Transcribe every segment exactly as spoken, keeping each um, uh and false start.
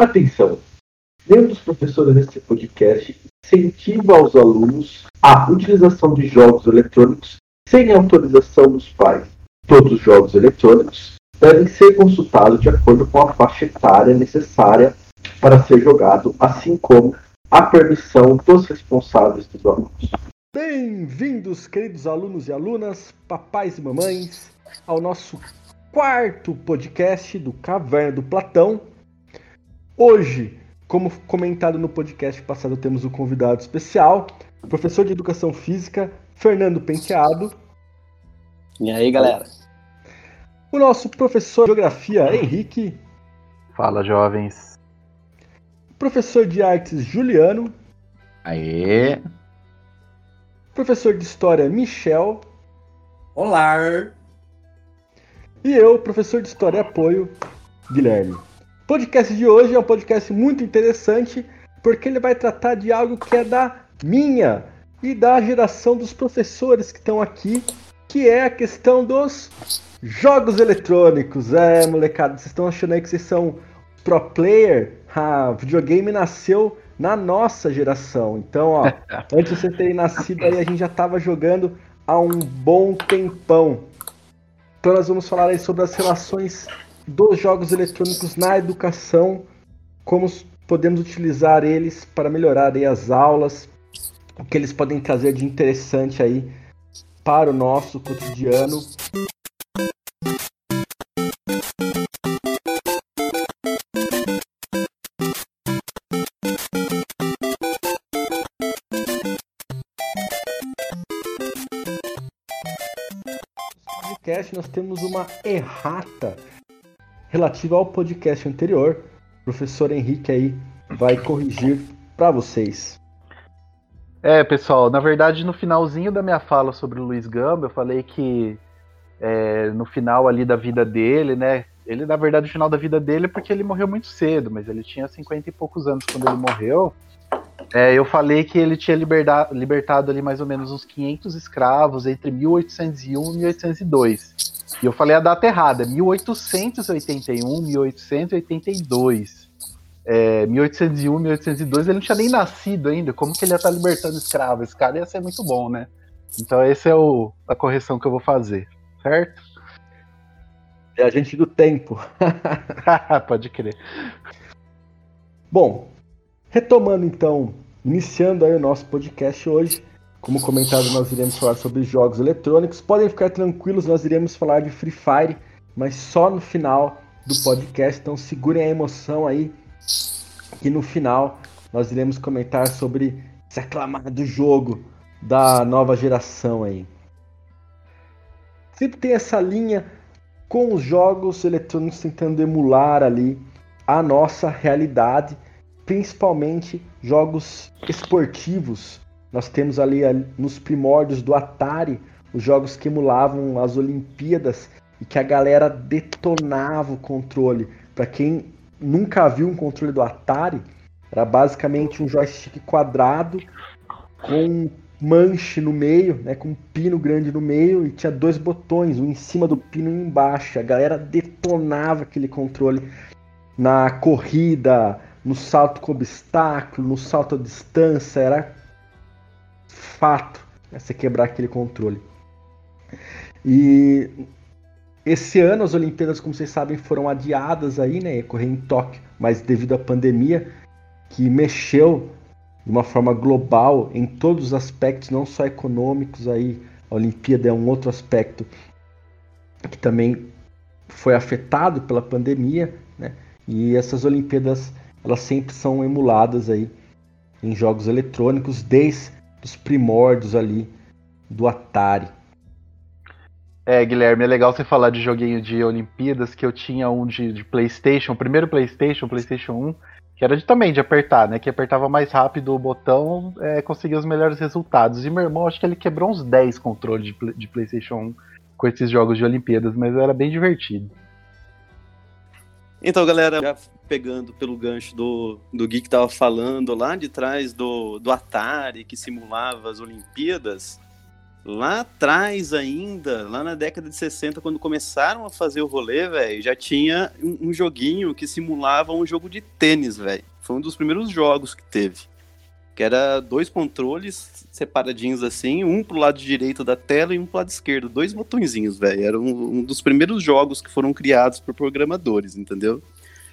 Atenção! Nenhum dos professores desse podcast incentiva os alunos a utilização de jogos eletrônicos sem autorização dos pais. Todos os jogos eletrônicos devem ser consultados de acordo com a faixa etária necessária para ser jogado, assim como a permissão dos responsáveis dos alunos. Bem-vindos, queridos alunos e alunas, papais e mamães, ao nosso quarto podcast do Caverna do Platão. Hoje, como comentado no podcast passado, temos um convidado especial, professor de Educação Física, Fernando Penteado. E aí, galera? O nosso professor de Geografia, Henrique. Fala, jovens. Professor de Artes, Juliano. Aê! Professor de História, Michel. Olá! E eu, professor de História e Apoio, Guilherme. O podcast de hoje é um podcast muito interessante, porque ele vai tratar de algo que é da minha e da geração dos professores que estão aqui, que é a questão dos jogos eletrônicos. É, molecada, vocês estão achando aí que vocês são pro player? Ah, videogame nasceu na nossa geração. Então, ó, antes de vocês terem nascido aí, a gente já estava jogando há um bom tempão. Então nós vamos falar aí sobre as relações dos jogos eletrônicos na educação, como podemos utilizar eles para melhorar aí as aulas, o que eles podem trazer de interessante aí para o nosso cotidiano. Podcast, nós temos uma errata relativa ao podcast anterior. O professor Henrique aí vai corrigir para vocês. É, pessoal, na verdade, no finalzinho da minha fala sobre o Luiz Gamba, eu falei que é, no final ali da vida dele, né? Ele, na verdade, no final da vida dele é porque ele morreu muito cedo, mas ele tinha cinquenta e poucos anos quando ele morreu. É, eu falei que ele tinha liberda- libertado ali mais ou menos uns quinhentos escravos entre mil oitocentos e um e mil oitocentos e dois. E eu falei a data errada, mil oitocentos e oitenta e um, mil oitocentos e oitenta e dois. É, mil oitocentos e um, mil oitocentos e dois, ele não tinha nem nascido ainda. Como que ele ia estar libertando escravos? Esse cara ia ser muito bom, né? Então essa é o, a correção que eu vou fazer, certo? É a gente do tempo. Pode crer. Bom, retomando então, iniciando aí o nosso podcast hoje, como comentado, nós iremos falar sobre jogos eletrônicos. Podem ficar tranquilos, nós iremos falar de Free Fire, mas só no final do podcast, então segurem a emoção aí, que no final nós iremos comentar sobre esse aclamado jogo da nova geração aí. Sempre tem essa linha com os jogos eletrônicos tentando emular ali a nossa realidade, principalmente jogos esportivos. Nós temos ali, ali nos primórdios do Atari os jogos que emulavam as Olimpíadas e que a galera detonava o controle. Para quem nunca viu um controle do Atari, era basicamente um joystick quadrado com um manche no meio, né, com um pino grande no meio, e tinha dois botões, um em cima do pino e um embaixo. A galera detonava aquele controle na corrida, no salto com obstáculo, no salto à distância. Era fato, né, você quebrar aquele controle. E esse ano as Olimpíadas, como vocês sabem, foram adiadas aí, né, ia correr em Tóquio, mas devido à pandemia, que mexeu de uma forma global em todos os aspectos, não só econômicos, aí a Olimpíada é um outro aspecto que também foi afetado pela pandemia, né, e essas Olimpíadas, elas sempre são emuladas aí em jogos eletrônicos, desde os primórdios ali do Atari. É, Guilherme, é legal você falar de joguinho de Olimpíadas, que eu tinha um de, de PlayStation, o primeiro PlayStation, PlayStation um, que era de, também de apertar, né? Que apertava mais rápido o botão, é, conseguia os melhores resultados. E meu irmão, acho que ele quebrou uns dez controles de, de PlayStation um com esses jogos de Olimpíadas, mas era bem divertido. Então, galera, já pegando pelo gancho do, do Gui que tava falando lá de trás do, do Atari, que simulava as Olimpíadas, Lá atrás ainda, lá na década de sessenta, quando começaram a fazer o rolê, velho, já tinha um, um joguinho que simulava um jogo de tênis, velho. Foi um dos primeiros jogos que teve. Que era dois controles separadinhos assim, um pro lado direito da tela e um pro lado esquerdo. Dois botõezinhos, velho. Era um, um dos primeiros jogos que foram criados por programadores, entendeu?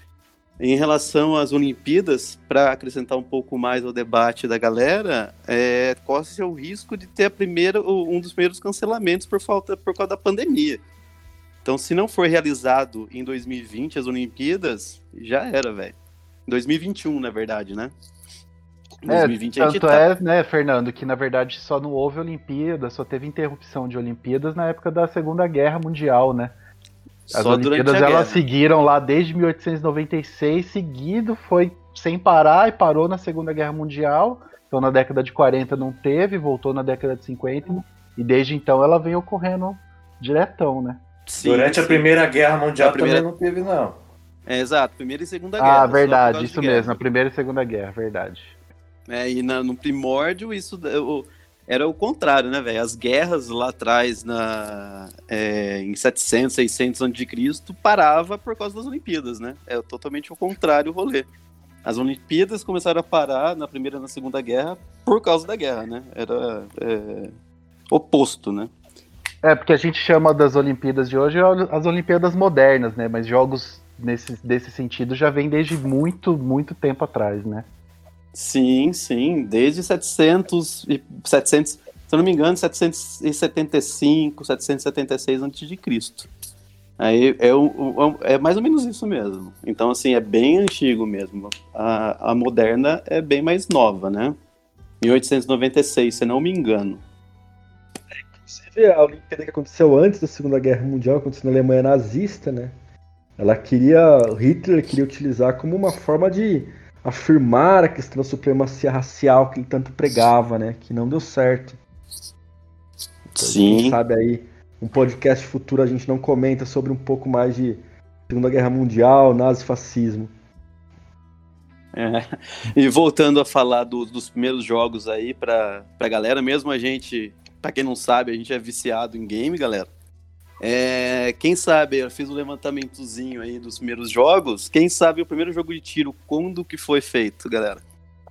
Em relação às Olimpíadas, para acrescentar um pouco mais ao debate da galera, é, corre-se o risco de ter a primeira, um dos primeiros cancelamentos por, falta, por causa da pandemia. Então, se não for realizado em dois mil e vinte as Olimpíadas, já era, velho. dois mil e vinte e um, na verdade, né? dois mil e vinte, é, tanto tá... é, né, Fernando, que na verdade só não houve Olimpíada, só teve interrupção de Olimpíadas na época da Segunda Guerra Mundial, né? As Só Olimpíadas elas guerra. seguiram lá desde mil oitocentos e noventa e seis, seguido, foi sem parar e parou na Segunda Guerra Mundial. Então na década de quarenta não teve, voltou na década de cinquenta e desde então ela vem ocorrendo diretão, né? Sim, Durante sim. a Primeira Guerra Mundial primeira... também não teve, não. É, exato, Primeira e Segunda Guerra. Ah, verdade, isso mesmo, a Primeira e Segunda Guerra, verdade. É, e na, no primórdio isso... Eu, era o contrário, né, velho? As guerras lá atrás, na, é, em setecentos, seiscentos antes de Cristo, parava por causa das Olimpíadas, né? É totalmente o contrário o rolê. As Olimpíadas começaram a parar na Primeira e na Segunda Guerra por causa da guerra, né? Era é, oposto, né? É, porque a gente chama das Olimpíadas de hoje as Olimpíadas modernas, né? Mas jogos nesse, desse sentido já vem desde muito, muito tempo atrás, né? Sim, sim, desde setecentos, setecentos, se eu não me engano, setecentos e setenta e cinco, setecentos e setenta e seis antes de Cristo. Aí é, o, é mais ou menos isso mesmo. Então, assim, é bem antigo mesmo. A, a moderna é bem mais nova, né? mil oitocentos e noventa e seis, se não me engano. Inclusive, a Olimpíada que aconteceu antes da Segunda Guerra Mundial, aconteceu na Alemanha nazista, né? Ela queria, Hitler queria utilizar como uma forma de afirmar a questão da supremacia racial que ele tanto pregava, né? Que não deu certo. Então, Sim. Quem sabe aí, um podcast futuro a gente não comenta sobre um pouco mais de Segunda Guerra Mundial, nazifascismo. É. E voltando a falar do, dos primeiros jogos aí pra, pra galera, mesmo a gente, pra quem não sabe, a gente é viciado em game, galera. É, quem sabe, eu fiz um levantamentozinho aí dos primeiros jogos. Quem sabe o primeiro jogo de tiro, quando que foi feito, galera?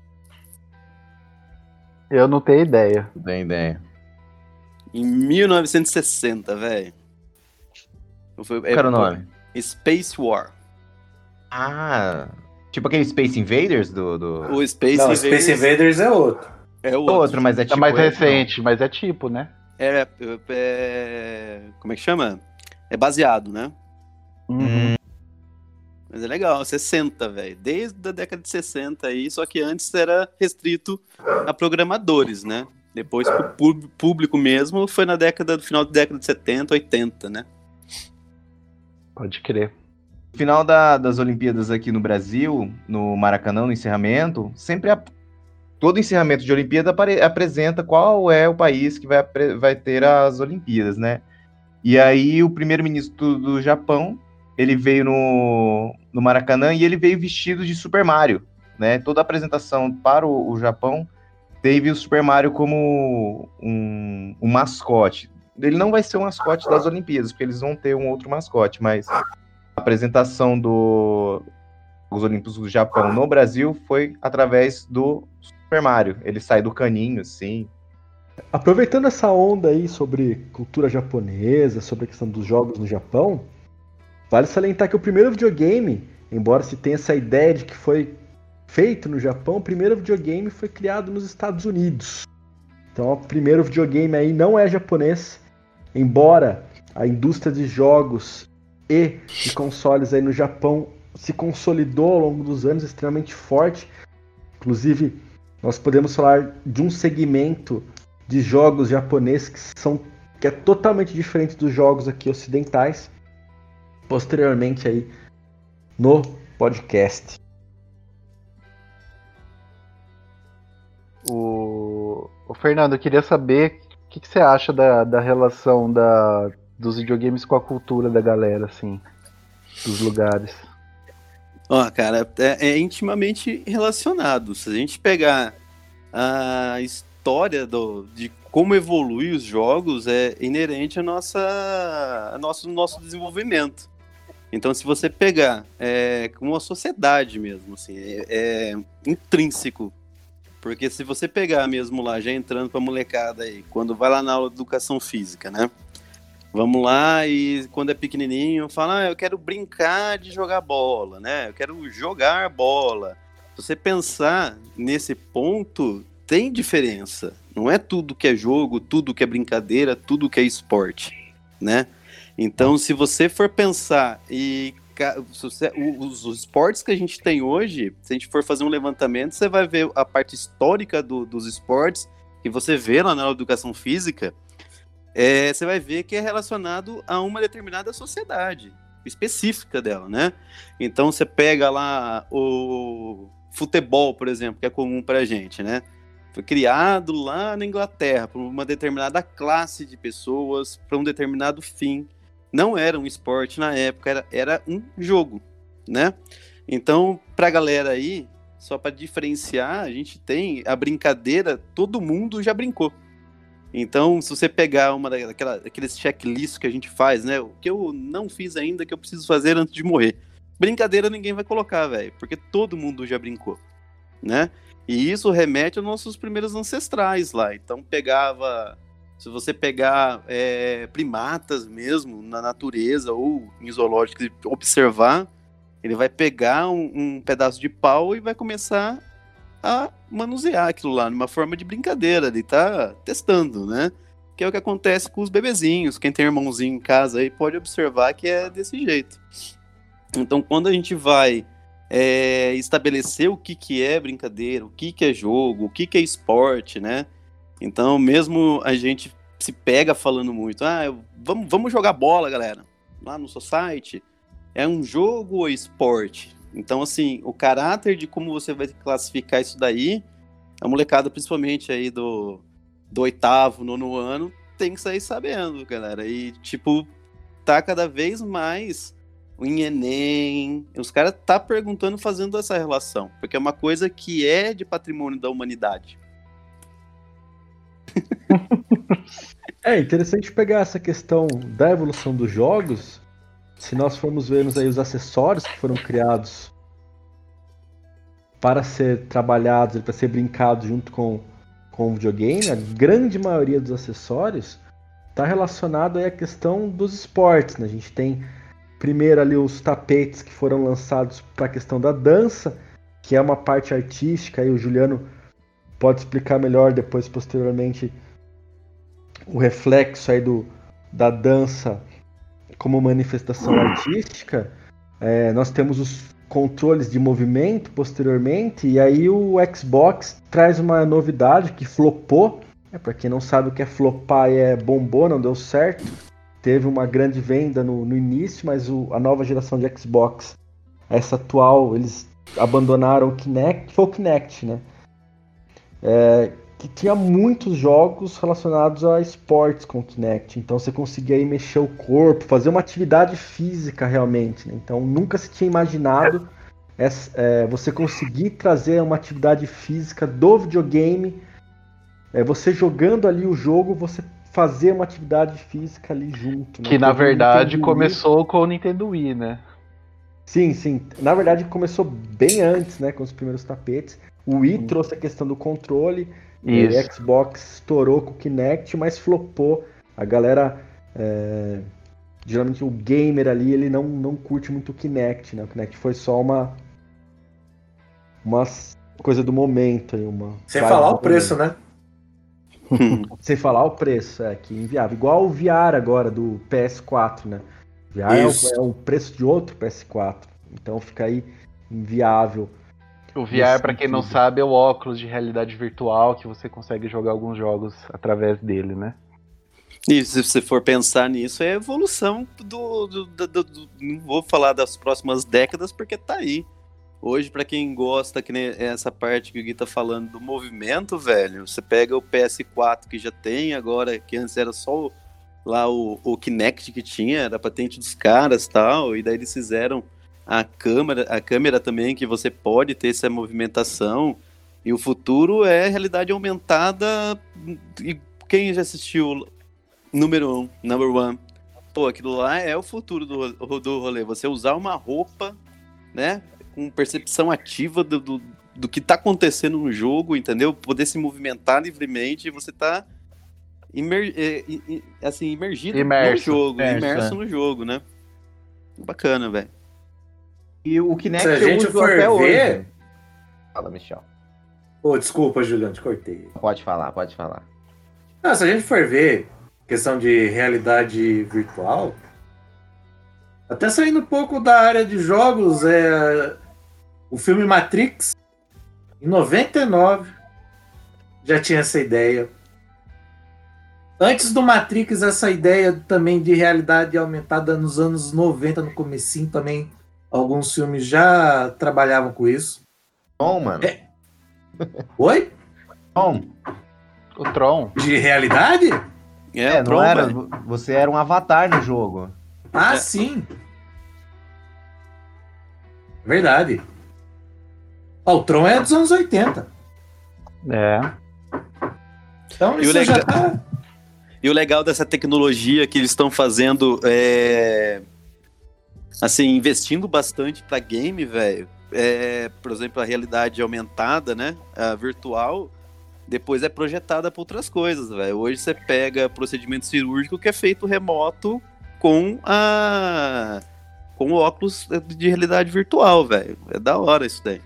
Eu não tenho ideia. Não tenho ideia. Em mil novecentos e sessenta, velho. Qual era o nome? Space War. Ah, tipo aquele Space Invaders do... do... O Space não, Invaders... Space Invaders é outro. É outro, outro mas é tipo... É mais recente, não. Mas é tipo, né? É, é... Como é que chama? É baseado, né? Uhum. Mas é legal, sessenta, velho. Desde a década de sessenta aí, só que antes era restrito a programadores, né? Depois pro público mesmo foi na década, no final da década de setenta, oitenta, né? Pode crer. No final da, das Olimpíadas aqui no Brasil, no Maracanã, no encerramento, sempre a todo encerramento de Olimpíada apare- apresenta qual é o país que vai, vai ter as Olimpíadas, né? E aí o primeiro-ministro do Japão, ele veio no, no Maracanã e ele veio vestido de Super Mario, né? Toda a apresentação para o, o Japão teve o Super Mario como um, um mascote. Ele não vai ser um mascote das Olimpíadas, porque eles vão ter um outro mascote, mas a apresentação do, dos Olímpicos do Japão no Brasil foi através do Super Mario. Ele sai do caninho, assim. Aproveitando essa onda aí sobre cultura japonesa, sobre a questão dos jogos no Japão, vale salientar que o primeiro videogame, embora se tenha essa ideia de que foi feito no Japão, o primeiro videogame foi criado nos Estados Unidos. Então o primeiro videogame aí não é japonês, embora a indústria de jogos e de consoles aí no Japão se consolidou ao longo dos anos, extremamente forte. Inclusive, nós podemos falar de um segmento de jogos japoneses que, são, que é totalmente diferente dos jogos aqui ocidentais, posteriormente aí no podcast. O, o Fernando, eu queria saber o que, que você acha da, da relação da, dos videogames com a cultura da galera, assim, dos lugares. Ó, oh, cara, é, é intimamente relacionado. Se a gente pegar a história do, de como evolui os jogos é inerente à nossa, ao nosso, nosso desenvolvimento. Então, se você pegar é, como uma sociedade mesmo, assim, é, é intrínseco. Porque se você pegar mesmo lá, já entrando pra molecada aí, quando vai lá na aula de educação física, né? Vamos lá e quando é pequenininho, fala, ah, eu quero brincar de jogar bola, né? Eu quero jogar bola. Se você pensar nesse ponto, tem diferença. Não é tudo que é jogo, tudo que é brincadeira, tudo que é esporte, né? Então, se você for pensar e os, os esportes que a gente tem hoje, se a gente for fazer um levantamento, você vai ver a parte histórica do, dos esportes, que você vê lá na educação física, é, você vai ver que é relacionado a uma determinada sociedade específica dela, né? Então, você pega lá o futebol, por exemplo, que é comum pra gente, né? Foi criado lá na Inglaterra por uma determinada classe de pessoas, para um determinado fim. Não era um esporte na época, era, era um jogo, né? Então, pra galera aí, só para diferenciar, a gente tem a brincadeira, todo mundo já brincou. Então, se você pegar uma daquela, aqueles checklists que a gente faz, né? O que eu não fiz ainda, que eu preciso fazer antes de morrer. Brincadeira ninguém vai colocar, velho, porque todo mundo já brincou, né? E isso remete aos nossos primeiros ancestrais lá. Então, pegava... Se você pegar é, primatas mesmo, na natureza ou em zoológicos e observar, ele vai pegar um, um pedaço de pau e vai começar a manusear aquilo lá, numa forma de brincadeira, ele tá testando, né? Que é o que acontece com os bebezinhos. Quem tem irmãozinho em casa aí pode observar que é desse jeito. Então, quando a gente vai é, estabelecer o que, que é brincadeira, o que, que é jogo, o que, que é esporte, né? Então, mesmo a gente se pega falando muito, ah, eu, vamos, vamos jogar bola, galera, lá no Society, é um jogo ou esporte? Então, assim, o caráter de como você vai classificar isso daí, a molecada, principalmente aí do, do oitavo, nono ano, tem que sair sabendo, galera, e, tipo, tá cada vez mais em Enem, os caras tá perguntando, fazendo essa relação, porque é uma coisa que é de patrimônio da humanidade. É interessante pegar essa questão da evolução dos jogos. Se nós formos ver aí os acessórios que foram criados para ser trabalhados, para ser brincados junto com, com o videogame, a grande maioria dos acessórios está relacionado aí à questão dos esportes, né? A gente tem primeiro ali os tapetes que foram lançados para a questão da dança, que é uma parte artística, aí o Juliano pode explicar melhor depois, posteriormente, o reflexo aí do, da dança como manifestação artística. É, nós temos os controles de movimento posteriormente, e aí o Xbox traz uma novidade que flopou. É, para quem não sabe o que é flopar, é bombou, não deu certo. Teve uma grande venda no, no início, mas o, a nova geração de Xbox, essa atual, eles abandonaram o Kinect, foi o Kinect, né? É, que tinha muitos jogos relacionados a esportes com o Kinect, então você conseguia aí mexer o corpo, fazer uma atividade física realmente, né? Então nunca se tinha imaginado essa, é, você conseguir trazer uma atividade física do videogame, é, você jogando ali o jogo, você fazer uma atividade física ali junto. Que né? Na verdade começou com o Nintendo Wii, né? Sim, sim. Na verdade começou bem antes, né, com os primeiros tapetes. O Wii hum. trouxe a questão do controle, e o Xbox estourou com o Kinect, mas flopou. A galera, é... geralmente o gamer ali, ele não, não curte muito o Kinect, né? O Kinect foi só uma, uma coisa do momento. Aí, uma Sem falar o preço, né? Sem falar o preço, é, que é inviável. Igual o V R agora, do P S quatro, né? O V R é o, é o preço de outro P S quatro, então fica aí inviável. O V R, para quem não sabe, é o óculos de realidade virtual que você consegue jogar alguns jogos através dele, né? E se você for pensar nisso, é a evolução do, do, do, do, do... Não vou falar das próximas décadas, porque tá aí. Hoje, pra quem gosta, que nem essa parte que o Gui tá falando do movimento, velho, você pega o P S quatro que já tem agora, que antes era só lá o, o Kinect que tinha, era patente dos caras e tal, e daí eles fizeram a câmera, a câmera também, que você pode ter essa movimentação. E o futuro é realidade aumentada. E quem já assistiu número um, number one? Pô, aquilo lá é o futuro do, do rolê. Você usar uma roupa, né? Com percepção ativa do, do, do que tá acontecendo no jogo, entendeu? Poder se movimentar livremente e você tá imer, é, é, assim, imergido Imerso. no jogo, Imerso, imerso é. no jogo, né? Bacana, velho. E o Kinect Se a eu gente uso for até ver- hoje. Fala, Michel. Pô, desculpa, Juliano, te cortei. Pode falar, pode falar. Não, se a gente for ver questão de realidade virtual, até saindo um pouco da área de jogos, é o filme Matrix, em noventa e nove, já tinha essa ideia. Antes do Matrix, essa ideia também de realidade aumentada nos anos noventa, no comecinho também, alguns filmes já trabalhavam com isso. Bom, mano. É. Oi? Bom. O Tron. De realidade? É, É, não Tron, era. velho. Você era um avatar no jogo. Ah, É. sim. Verdade. Ó, o Tron é dos anos oitenta. É. Então E o isso legal- já tá... E o legal dessa tecnologia que eles estão fazendo é. Assim, investindo bastante pra game, velho. É, por exemplo, a realidade aumentada, né? A virtual, depois é projetada para outras coisas, velho. Hoje você pega procedimento cirúrgico que é feito remoto com a. com o óculos de realidade virtual, velho. É da hora isso daí.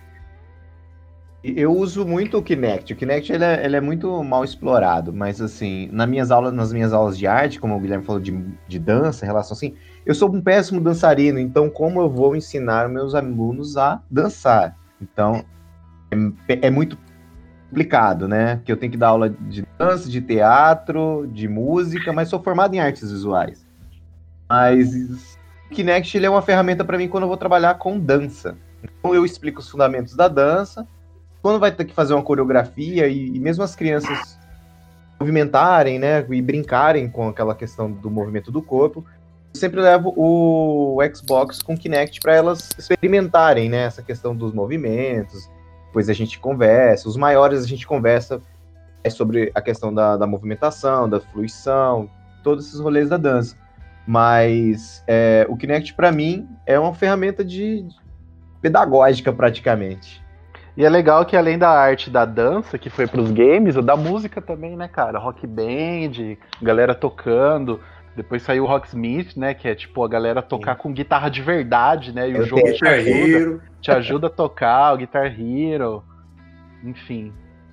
Eu uso muito o Kinect. O Kinect ele é, ele é muito mal explorado, mas assim, nas minhas aulas, nas minhas aulas de arte, como o Guilherme falou de, de dança, em relação assim, eu sou um péssimo dançarino, então como eu vou ensinar meus alunos a dançar? Então, é, é muito complicado, né? Que eu tenho que dar aula de dança, de teatro, de música, mas sou formado em artes visuais. Mas o Kinect ele é uma ferramenta para mim quando eu vou trabalhar com dança. Então eu explico os fundamentos da dança. Quando vai ter que fazer uma coreografia e, e mesmo as crianças movimentarem, né, e brincarem com aquela questão do movimento do corpo, eu sempre levo o Xbox com Kinect para elas experimentarem, né, essa questão dos movimentos. Depois a gente conversa, os maiores a gente conversa é sobre a questão da, da movimentação, da fluição, todos esses rolês da dança. Mas é, o Kinect para mim é uma ferramenta de pedagógica praticamente. E é legal que além da arte da dança, que foi pros games, o da música também, né, cara? Rock band, galera tocando. Depois saiu o Rocksmith, né? Que é tipo a galera tocar Sim. com guitarra de verdade, né? E Eu o jogo te ajuda, Hero. te ajuda a tocar, o Guitar Hero. Enfim.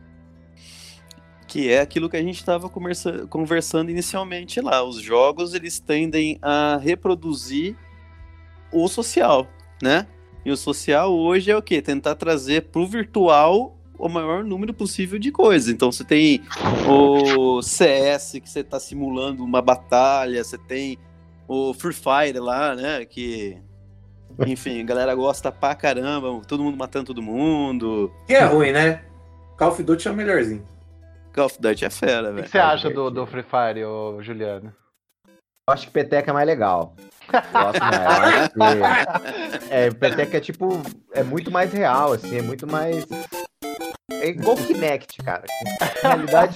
Que é aquilo que a gente estava conversando inicialmente lá. Os jogos, eles tendem a reproduzir o social, né? E o social hoje é o quê? Tentar trazer pro virtual o maior número possível de coisas. Então você tem o C S, que você tá simulando uma batalha, você tem o Free Fire lá, né? Que, enfim, a galera gosta pra caramba, todo mundo matando todo mundo. Que é ruim, né? Call of Duty é o melhorzinho. Call of Duty é fera, O velho. que você acha do, do Free Fire, ô, Juliano? Eu acho que peteca é mais legal. Gosto mais. Eu acho que, é, peteca é tipo. É muito mais real, assim, é muito mais. É igual Kinect, cara. Na realidade.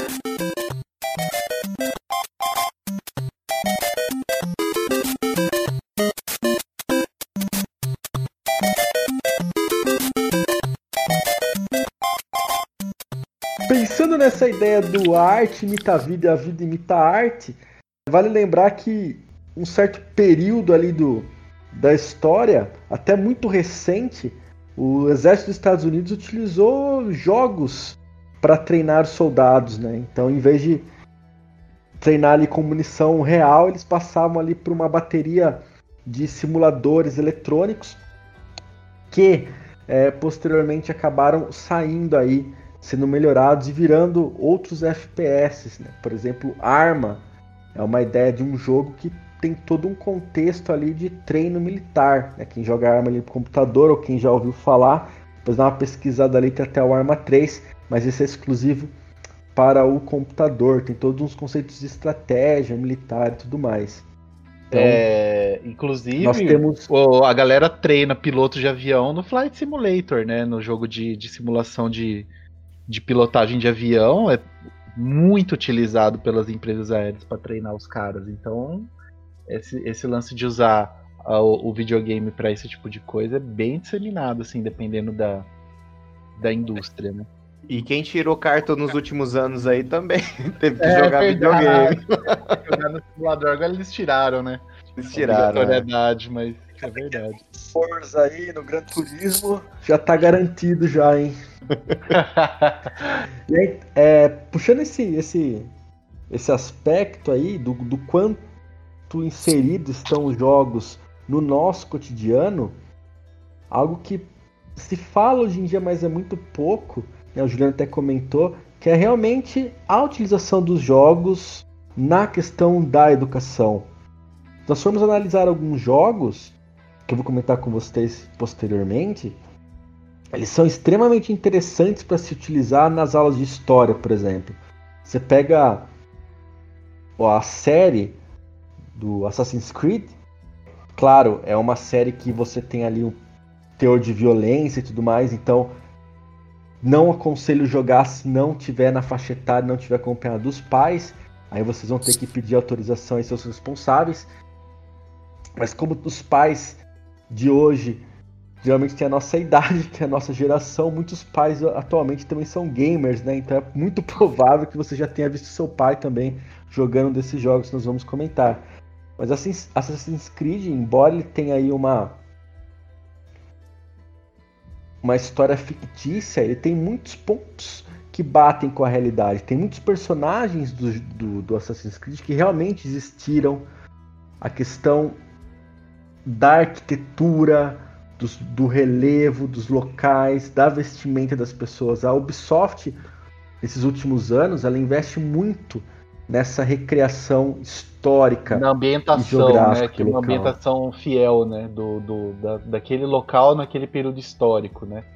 Pensando nessa ideia do arte imita a vida e a vida imita a arte, vale lembrar que um certo período ali do, da história, até muito recente, o exército dos Estados Unidos utilizou jogos para treinar soldados, né? Então, em vez de treinar ali com munição real, eles passavam ali por uma bateria de simuladores eletrônicos que é, posteriormente acabaram saindo aí, sendo melhorados e virando outros F P S, né? Por exemplo, Arma é uma ideia de um jogo que tem todo um contexto ali de treino militar, né? Quem joga Arma ali no computador ou quem já ouviu falar, depois dá uma pesquisada ali, tem até o Arma três, mas esse é exclusivo para o computador, tem todos uns conceitos de estratégia militar e tudo mais. Então, É, inclusive, nós temos- o- a galera treina piloto de avião no Flight Simulator, né? No jogo de, de simulação de, de pilotagem de avião. É muito utilizado pelas empresas aéreas para treinar os caras. Então, esse, esse lance de usar a- o, o videogame para esse tipo de coisa é bem disseminado, assim, dependendo da, da indústria, né? E quem tirou carta nos últimos anos aí também teve que É jogar verdade. videogame. Jogar no simulador, agora eles tiraram, né? Eles tiraram, né? Obrigatoriedade, mas é verdade. Forza aí no Gran Turismo já tá garantido já, hein? E aí, é, puxando esse, esse, esse aspecto aí do, do quanto inseridos estão os jogos no nosso cotidiano, algo que se fala hoje em dia, mas é muito pouco, né? O Juliano até comentou, que é realmente a utilização dos jogos na questão da educação. Se nós formos analisar alguns jogos, que eu vou comentar com vocês posteriormente, eles são extremamente interessantes para se utilizar nas aulas de história, por exemplo. Você pega ó, a série do Assassin's Creed, claro, é uma série que você tem ali um teor de violência e tudo mais, então não aconselho jogar se não tiver na faixa etária, não tiver acompanhado dos pais, aí vocês vão ter que pedir autorização aos seus responsáveis. Mas como os pais de hoje geralmente têm a nossa idade, que é a nossa geração, muitos pais atualmente também são gamers, né? Então é muito provável que você já tenha visto seu pai também jogando desses jogos que nós vamos comentar. Mas Assassin's Creed, embora ele tenha aí uma uma história fictícia, ele tem muitos pontos que batem com a realidade. Tem muitos personagens do, do, do Assassin's Creed que realmente existiram. A questão da arquitetura, dos, do relevo, dos locais, da vestimenta das pessoas. A Ubisoft, nesses últimos anos, ela investe muito nessa recriação histórica na ambientação, e geográfica, né? Que é uma local. ambientação fiel, né? Do, do, da, daquele local naquele período histórico, né?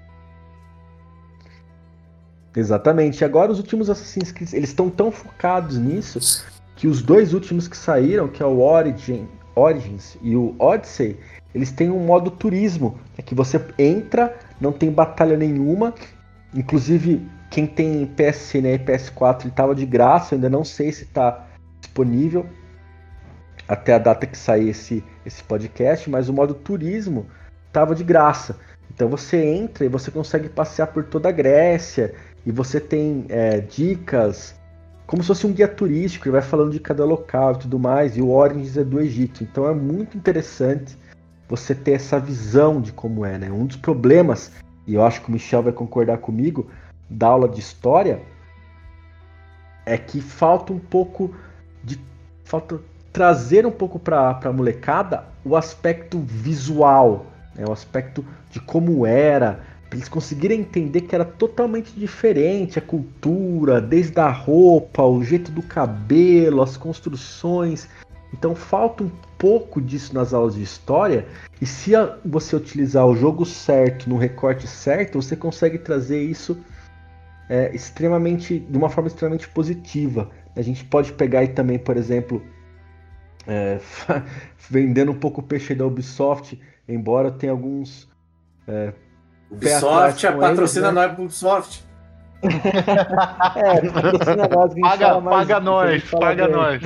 Exatamente. E agora os últimos Assassin's Creed, eles estão tão focados nisso que os dois últimos que saíram, que é o Origin, Origins e o Odyssey, eles têm um modo turismo, é que você entra, não tem batalha nenhuma, inclusive quem tem P S N e P S quatro ele estava de graça, eu ainda não sei se está disponível até a data que sair esse, esse podcast, mas o modo turismo estava de graça. Então você entra e você consegue passear por toda a Grécia e você tem é, dicas, como se fosse um guia turístico, ele vai falando de cada local e tudo mais, e o Origins é do Egito. Então é muito interessante você ter essa visão de como é, né? Um dos problemas, e eu acho que o Michel vai concordar comigo, da aula de história, é que falta um pouco de... falta trazer um pouco para a molecada o aspecto visual, né? O aspecto de como era, para eles conseguirem entender que era totalmente diferente a cultura, desde a roupa, o jeito do cabelo, as construções. Então falta um pouco disso nas aulas de história, e se você utilizar o jogo certo, no recorte certo, você consegue trazer isso é, extremamente, de uma forma extremamente positiva. A gente pode pegar aí também, por exemplo, é, vendendo um pouco o peixe da Ubisoft, embora tenha alguns é, Ubisoft, a patrocina eles, né? nós, Ubisoft. É, patrocina nós, a gente Paga, fala mais, paga a nós, gente fala paga bem. nós.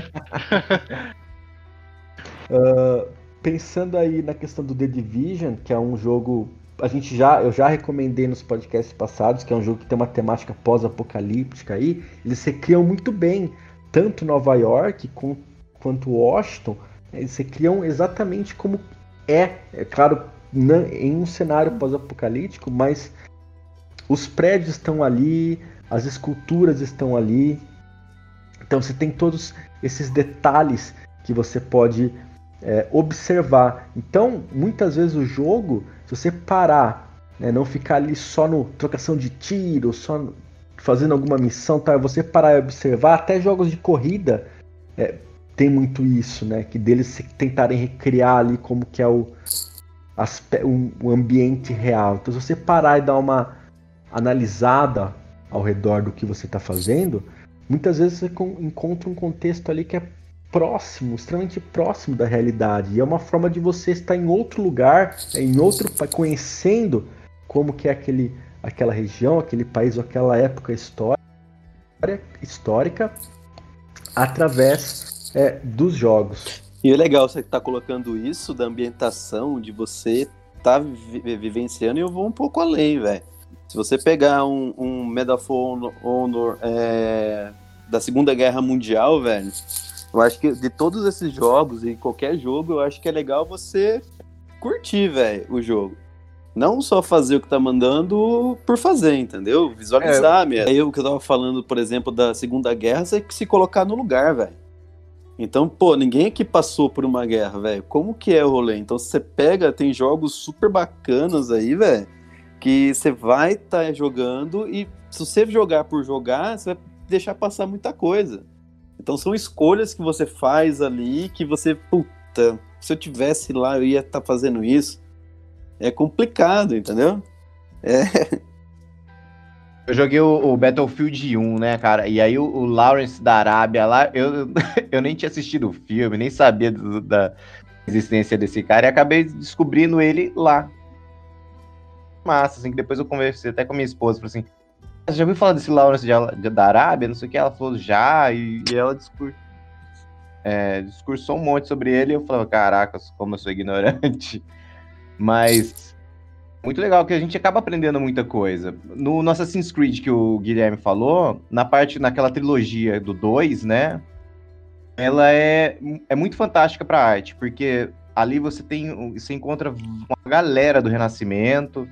Uh, pensando aí na questão do The Division, que é um jogo, a gente já, eu já recomendei nos podcasts passados, que é um jogo que tem uma temática pós-apocalíptica aí, eles recriam muito bem, tanto Nova York com, quanto Washington, eles recriam exatamente como é, é claro, não, em um cenário pós-apocalíptico, mas os prédios estão ali, as esculturas estão ali, então você tem todos esses detalhes que você pode é, observar. Então, muitas vezes o jogo, se você parar, né, não ficar ali só no trocação de tiro, só no, fazendo alguma missão, tá? Você parar e observar, até jogos de corrida é, tem muito isso, né? Que deles tentarem recriar ali como que é o, aspe- o, o ambiente real. Então, se você parar e dar uma analisada ao redor do que você está fazendo, muitas vezes você encontra um contexto ali que é próximo, extremamente próximo da realidade. E é uma forma de você estar em outro lugar, em outro conhecendo como que é aquele, aquela região, aquele país ou aquela época histórica, histórica através é, dos jogos. E é legal você estar colocando isso da ambientação, de você estar tá vi- vivenciando, e eu vou um pouco além, velho. Se você pegar um, um Medal of Honor, Honor é, da Segunda Guerra Mundial, velho, eu acho que de todos esses jogos, e qualquer jogo, eu acho que é legal você curtir, velho, o jogo. Não só fazer o que tá mandando por fazer, entendeu? Visualizar é, mesmo. Aí o que eu tava falando, por exemplo, da Segunda Guerra, você tem que se colocar no lugar, velho. Então, pô, ninguém aqui passou por uma guerra, velho. Como que é o rolê? Então, você pega, tem jogos super bacanas aí, velho, que você vai estar tá jogando e se você jogar por jogar, você vai deixar passar muita coisa. Então, são escolhas que você faz ali que você, puta, se eu tivesse lá, eu ia estar tá fazendo isso. É complicado, entendeu? É. Eu joguei o, o Battlefield um, né, cara? E aí o, o Lawrence da Arábia lá, eu, eu nem tinha assistido o filme, nem sabia do, da existência desse cara, e acabei descobrindo ele lá. Massa, assim, que depois eu conversei até com a minha esposa, falei assim, você já ouviu falar desse Lawrence de, de, da Arábia? Não sei o que, ela falou já, e, e ela discur, é, discursou um monte sobre ele, e eu falava, caraca, como eu sou ignorante. Mas muito legal, que a gente acaba aprendendo muita coisa. No, no Assassin's Creed que o Guilherme falou, na parte, naquela trilogia do dois, né? Ela é, é muito fantástica pra arte, porque ali você tem, você encontra uma galera do Renascimento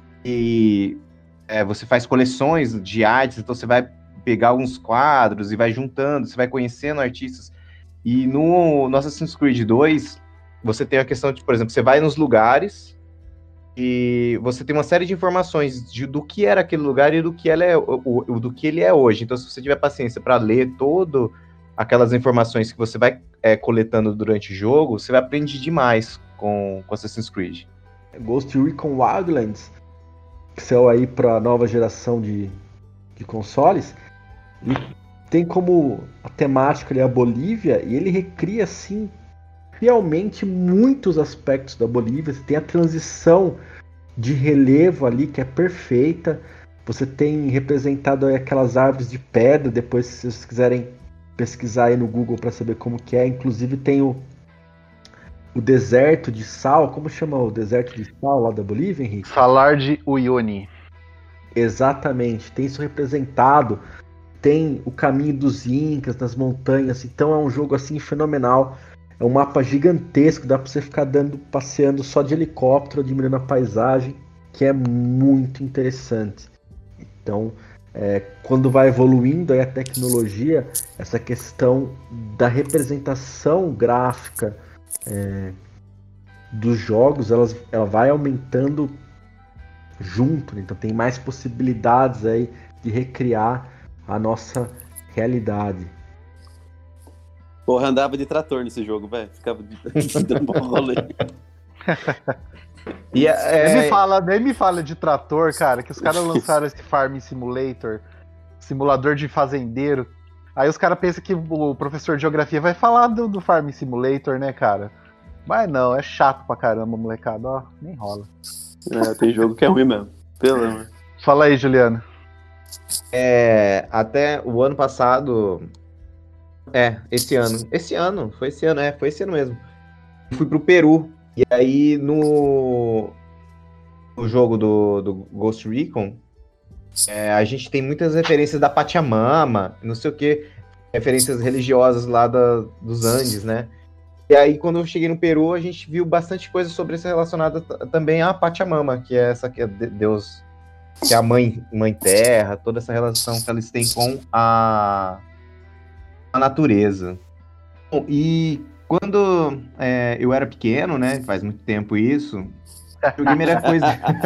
e é, você faz coleções de artes, então você vai pegar alguns quadros e vai juntando, você vai conhecendo artistas. E no, no Assassin's Creed dois, você tem a questão de, por exemplo, você vai nos lugares e você tem uma série de informações de, do que era aquele lugar e do que, ela é, o, o, do que ele é hoje. Então, se você tiver paciência para ler todas aquelas informações que você vai é, coletando durante o jogo, você vai aprender demais com, com Assassin's Creed. Ghost Recon Wildlands, que saiu aí para a nova geração de, de consoles, e tem como a temática ali a Bolívia, e ele recria, assim, fielmente muitos aspectos da Bolívia. Você tem a transição de relevo ali que é perfeita. Você tem representado aí aquelas árvores de pedra. Depois, se vocês quiserem pesquisar aí no Google para saber como que é, inclusive tem o, o deserto de sal. Como chama o deserto de sal lá da Bolívia, Henrique? Salar de Uyuni. Exatamente, tem isso representado. Tem o caminho dos Incas nas montanhas. Então é um jogo assim fenomenal. É um mapa gigantesco, dá para você ficar dando, passeando só de helicóptero, admirando a paisagem, que é muito interessante. Então, é, quando vai evoluindo aí a tecnologia, essa questão da representação gráfica é, dos jogos, elas, ela vai aumentando junto, né? Então tem mais possibilidades aí de recriar a nossa realidade. Porra, andava de trator nesse jogo, velho. Ficava dando bom rolê. E é... nem, me fala, nem me fala de trator, cara, que os caras lançaram esse Farming Simulator, simulador de fazendeiro. Aí os caras pensam que o professor de geografia vai falar do, do Farming Simulator, né, cara? Mas não, é chato pra caramba, molecada. Ó, nem rola. É, tem jogo que é ruim mesmo. Pelo amor. Fala aí, Juliano. É, até o ano passado... É, esse ano. Esse ano, foi esse ano, é, foi esse ano mesmo. Fui pro Peru. E aí, no, no jogo do, do Ghost Recon, é, a gente tem muitas referências da Pachamama, não sei o que, referências religiosas lá da, dos Andes, né? E aí, quando eu cheguei no Peru, a gente viu bastante coisa sobre isso relacionada t- também à Pachamama, que é essa que é Deus, que é a mãe, mãe terra, toda essa relação que eles têm com a a natureza. Bom, e quando é, eu era pequeno, né, faz muito tempo isso, o game era coisa...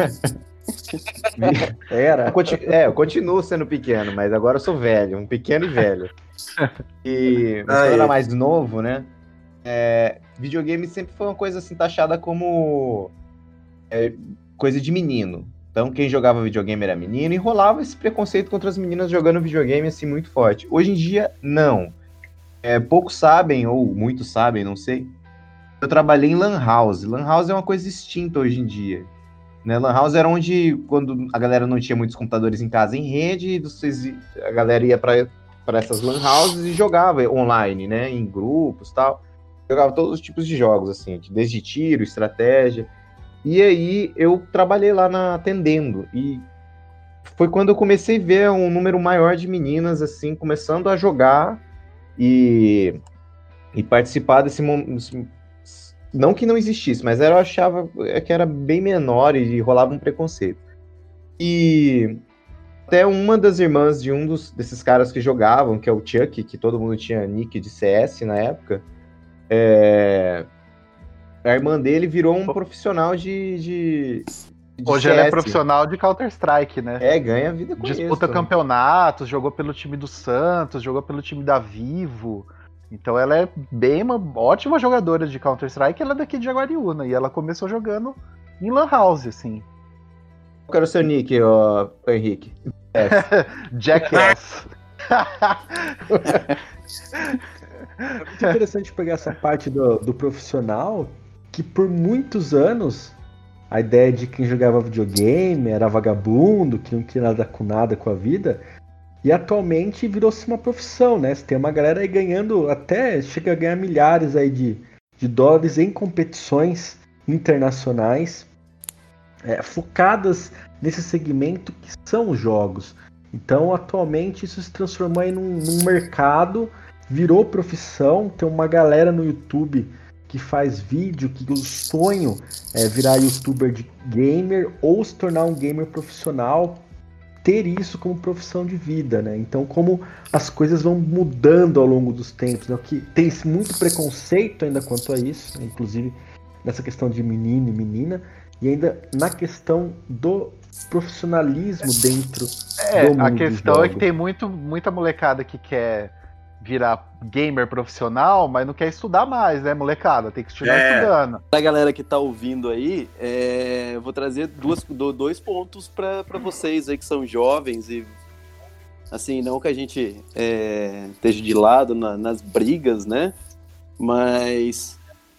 Era. Eu continu... É, eu continuo sendo pequeno, mas agora eu sou velho, um pequeno e velho. E mas quando eu era mais novo, né, é, videogame sempre foi uma coisa assim, taxada como é, coisa de menino. Então, quem jogava videogame era menino e rolava esse preconceito contra as meninas jogando videogame assim muito forte. Hoje em dia, não. é, poucos sabem, ou muitos sabem, não sei. Eu trabalhei em Lan House. Lan House é uma coisa extinta hoje em dia. Né? Lan House era onde, quando a galera não tinha muitos computadores em casa em rede, vocês, a galera ia para essas Lan Houses e jogava online, né? Em grupos e tal. Jogava todos os tipos de jogos, assim, desde tiro, estratégia. E aí eu trabalhei lá na, atendendo. E foi quando eu comecei a ver um número maior de meninas, assim, começando a jogar e, e participar desse momento. Não que não existisse, mas eu achava que era bem menor e rolava um preconceito. E até uma das irmãs de um dos, desses caras que jogavam, que é o Chuck, que todo mundo tinha nick de C S na época, é... a irmã dele virou um profissional de, de, de Hoje C S. ela é profissional de Counter-Strike, né? É, ganha a vida com Disputa isso. campeonatos, jogou pelo time do Santos, jogou pelo time da Vivo. Então ela é bem uma ótima jogadora de Counter-Strike, ela é daqui de Jaguariúna, e ela começou jogando em Lan House, assim. Qual era o seu nick, ó, Henrique? Jackass. É muito interessante pegar essa parte do, do profissional, que por muitos anos a ideia de quem jogava videogame era vagabundo, que não tinha nada com nada com a vida, e atualmente virou-se uma profissão, né? Você tem uma galera aí ganhando, até chega a ganhar milhares aí de, de dólares em competições internacionais, é, focadas nesse segmento que são os jogos. Então, atualmente, isso se transformou aí num, num mercado, virou profissão. Tem uma galera no YouTube que faz vídeo, que o sonho é virar youtuber de gamer ou se tornar um gamer profissional, ter isso como profissão de vida, né? Então, como as coisas vão mudando ao longo dos tempos, né? Que tem muito preconceito ainda quanto a isso, né? Inclusive nessa questão de menino e menina, e ainda na questão do profissionalismo dentro É, do mundo a questão dos é que tem muito, muita molecada que quer virar gamer profissional, mas não quer estudar mais, né, molecada? Tem que estudar É. estudando. Pra galera que tá ouvindo aí, é, eu vou trazer duas, do- dois pontos pra pra vocês aí que são jovens e, assim, não que a gente é, esteja de lado na- nas brigas, né? Mas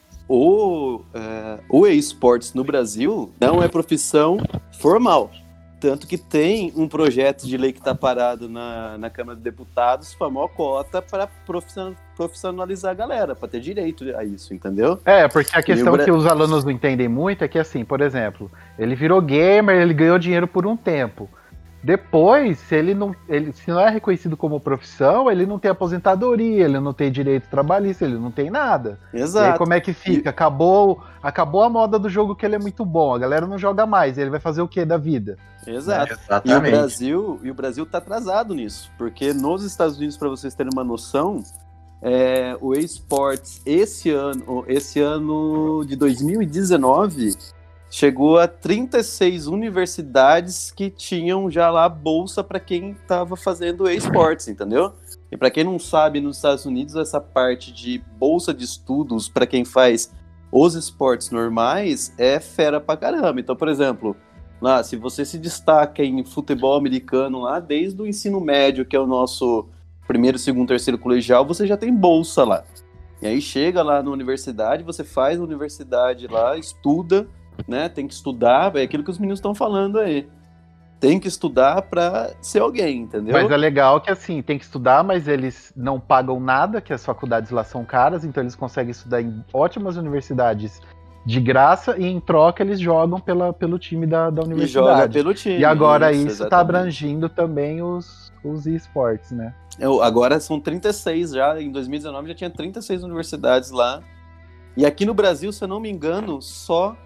o, é, o eSports no Brasil não é profissão formal. Tanto que tem um projeto de lei que está parado na, na Câmara dos Deputados, famosa cota para profissionalizar a galera, para ter direito a isso, entendeu? É, porque a questão Bra- que os alunos não entendem muito é que, assim, por exemplo, ele virou gamer, ele ganhou dinheiro por um tempo. Depois, se ele não, ele, se não é reconhecido como profissão, ele não tem aposentadoria, ele não tem direito trabalhista, ele não tem nada. E aí, Exato. como é que fica? Acabou, acabou a moda do jogo que ele é muito bom, a galera não joga mais, ele vai fazer o que da vida? Exato. E o Exatamente. Brasil, e o Brasil tá atrasado nisso, porque nos Estados Unidos, para vocês terem uma noção, é, o eSports esse ano, esse ano de dois mil e dezenove chegou a trinta e seis universidades que tinham já lá bolsa para quem estava fazendo eSports, entendeu? E para quem não sabe, nos Estados Unidos essa parte de bolsa de estudos para quem faz os esportes normais é fera pra caramba. Então, por exemplo, lá, se você se destaca em futebol americano lá, desde o ensino médio, que é o nosso primeiro, segundo, terceiro colegial, você já tem bolsa lá. E aí chega lá na universidade, você faz a universidade lá, estuda, né? Tem que estudar, é aquilo que os meninos estão falando aí. Tem que estudar pra ser alguém, entendeu? Mas é legal que, assim, tem que estudar, mas eles não pagam nada, que as faculdades lá são caras, então eles conseguem estudar em ótimas universidades de graça, e em troca eles jogam pela, pelo time da, da E joga universidade. pelo time. E agora isso, isso tá exatamente. abrangindo também os, os esportes, né? Eu- agora são trinta e seis já, em dois mil e dezenove já tinha trinta e seis universidades lá. E aqui no Brasil, se eu não me engano, só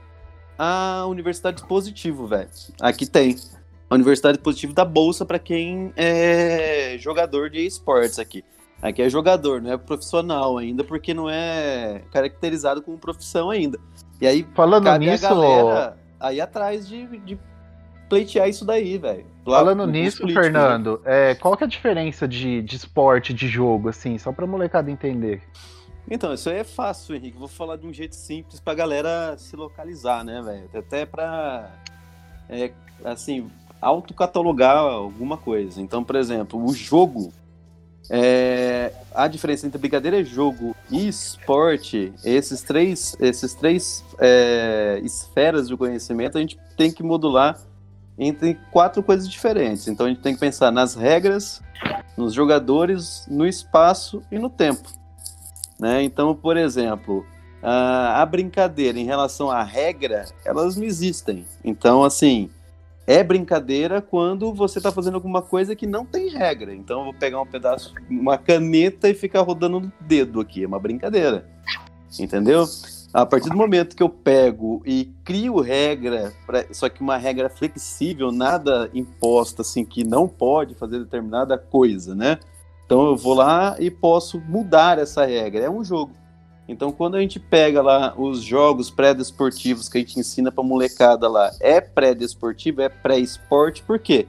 a Universidade Positivo, velho. Aqui tem. A Universidade Positivo dá bolsa pra quem é jogador de esportes aqui. Aqui é jogador, não é profissional ainda, porque não é caracterizado como profissão ainda. E aí, Falando cabe nisso, a galera aí atrás de, de pleitear isso daí, velho. Lá, falando os nisso, políticos, né? Fernando, é, qual que é a diferença de, de esporte, de jogo, assim, só pra molecada entender? Então, isso aí é fácil, Henrique. Vou falar de um jeito simples pra galera se localizar, né, velho? Até pra, é, assim, autocatalogar alguma coisa. Então, por exemplo, o jogo, É, a diferença entre brincadeira, jogo e esporte, esses três, esses três é, esferas de conhecimento, a gente tem que modular entre quatro coisas diferentes. Então a gente tem que pensar nas regras, nos jogadores, no espaço e no tempo, né? Então, por exemplo, a, a brincadeira em relação à regra, elas não existem. Então, assim, é brincadeira quando você está fazendo alguma coisa que não tem regra. Então eu vou pegar um pedaço, uma caneta e ficar rodando no dedo aqui. É uma brincadeira. Entendeu? A partir do momento que eu pego e crio regra, pra, só que uma regra flexível, nada imposta, assim, que não pode fazer determinada coisa, né? Então eu vou lá e posso mudar essa regra. É um jogo. Então, quando a gente pega lá os jogos pré-desportivos que a gente ensina pra molecada lá, é pré-desportivo, é pré-esporte, por quê?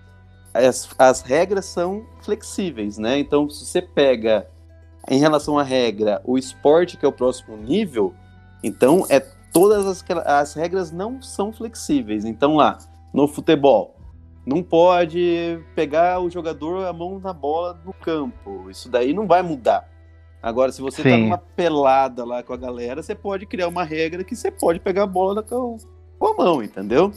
As, as regras são flexíveis, né? Então, se você pega, em relação à regra, o esporte, que é o próximo nível, então, é todas as, as regras não são flexíveis. Então, lá, no futebol, não pode pegar o jogador a mão na bola no campo. Isso daí não vai mudar. Agora, se você Sim. tá numa pelada lá com a galera, você pode criar uma regra que você pode pegar a bola com, com a mão, entendeu?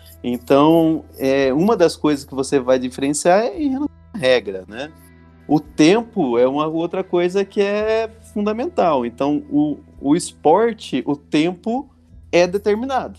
Então, é, uma das coisas que você vai diferenciar é em relação à regra, né? O tempo é uma outra coisa que é fundamental. Então, o, o esporte, o tempo é determinado,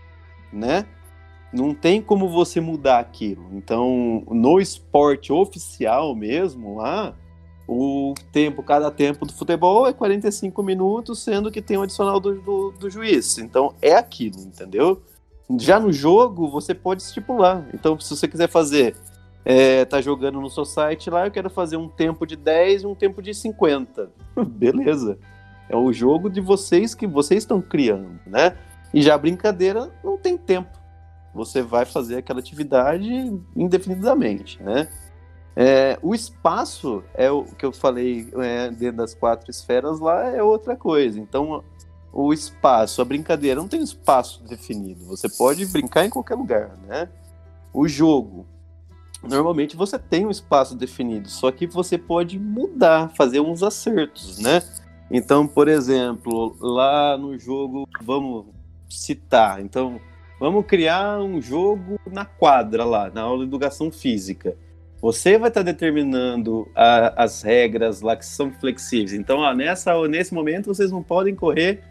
né? Não tem como você mudar aquilo. Então, no esporte oficial mesmo, lá, o tempo, cada tempo do futebol é quarenta e cinco minutos, sendo que tem o adicional do, do, do juiz. Então, é aquilo, entendeu? Já no jogo, você pode estipular. Então, se você quiser fazer, é, tá jogando no seu site lá, eu quero fazer um tempo de dez e um tempo de cinquenta. Beleza. É o jogo de vocês que vocês estão criando, né? E já a brincadeira não tem tempo. Você vai fazer aquela atividade indefinidamente, né? É, o espaço, é o que eu falei, é, dentro das quatro esferas lá, é outra coisa. Então, o espaço, a brincadeira não tem um espaço definido. Você pode brincar em qualquer lugar, né? O jogo, normalmente você tem um espaço definido, só que você pode mudar, fazer uns acertos, né? Então, por exemplo, lá no jogo, vamos citar, então, vamos criar um jogo na quadra lá, na aula de educação física. Você vai estar determinando a, as regras lá que são flexíveis. Então, ó, nessa, nesse momento, vocês não podem correr,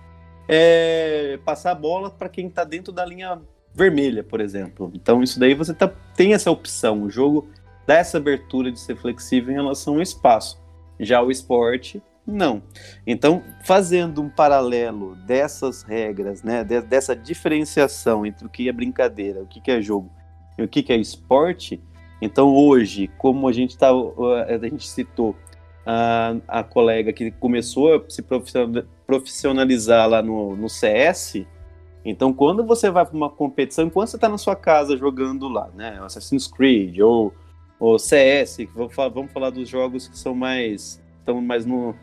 é, passar a bola para quem está dentro da linha vermelha, por exemplo. Então, isso daí você tá, tem essa opção. O jogo dá essa abertura de ser flexível em relação ao espaço. Já o esporte, não. Então, fazendo um paralelo dessas regras, né, de, dessa diferenciação entre o que é brincadeira, o que é jogo e o que é esporte. Então hoje, como a gente, tá, a gente citou a, a colega que começou a se profissionalizar lá no, no C S, então quando você vai para uma competição, enquanto você está na sua casa jogando lá, né, Assassin's Creed ou, ou C S, vamos falar, vamos falar dos jogos que são mais, estão mais no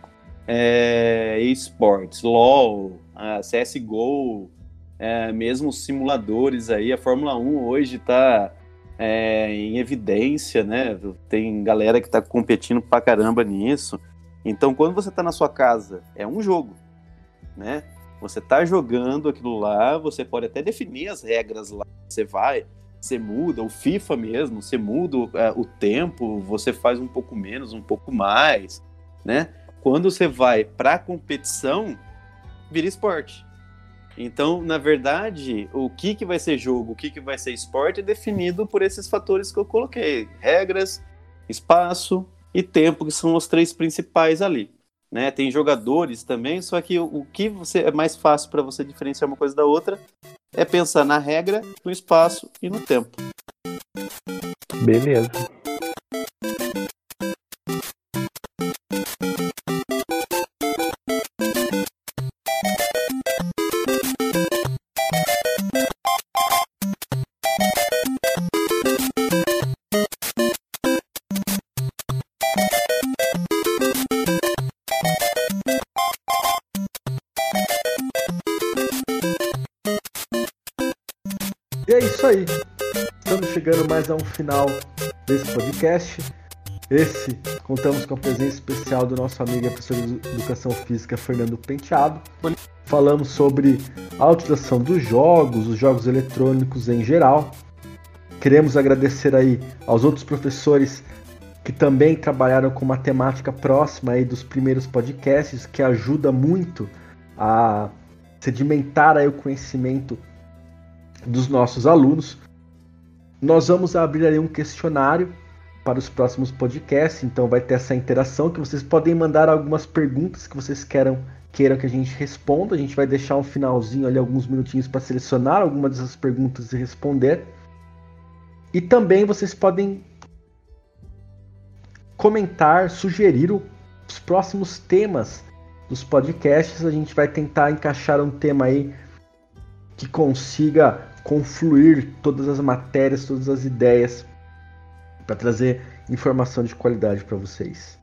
é, eSports, LoL, a C S G O, é, mesmo os simuladores aí, a Fórmula um hoje está... É, em evidência, né? Tem galera que tá competindo pra caramba nisso. Então, quando você tá na sua casa, é um jogo, né? Você tá jogando aquilo lá, você pode até definir as regras lá. Você vai, você muda, o FIFA mesmo, você muda é, o tempo, você faz um pouco menos, um pouco mais, né? Quando você vai pra competição, vira esporte. Então, na verdade, o que, que vai ser jogo, o que, que vai ser esporte é definido por esses fatores que eu coloquei. Regras, espaço e tempo, que são os três principais ali, né? Tem jogadores também, só que o, o que você, é mais fácil para você diferenciar uma coisa da outra é pensar na regra, no espaço e no tempo. Beleza. E é isso aí. Estamos chegando mais a um final desse podcast. Esse, contamos com a presença especial do nosso amigo e professor de Educação Física, Fernando Penteado. Falamos sobre a utilização dos jogos, os jogos eletrônicos em geral. Queremos agradecer aí aos outros professores que também trabalharam com matemática próxima aí dos primeiros podcasts, que ajuda muito a sedimentar aí o conhecimento dos nossos alunos. Nós vamos abrir aí um questionário para os próximos podcasts, então vai ter essa interação que vocês podem mandar algumas perguntas que vocês queiram, queiram que a gente responda. A gente vai deixar um finalzinho ali, alguns minutinhos para selecionar algumas dessas perguntas e responder. E também vocês podem comentar, sugerir os próximos temas dos podcasts. A gente vai tentar encaixar um tema aí que consiga confluir todas as matérias, todas as ideias, para trazer informação de qualidade para vocês.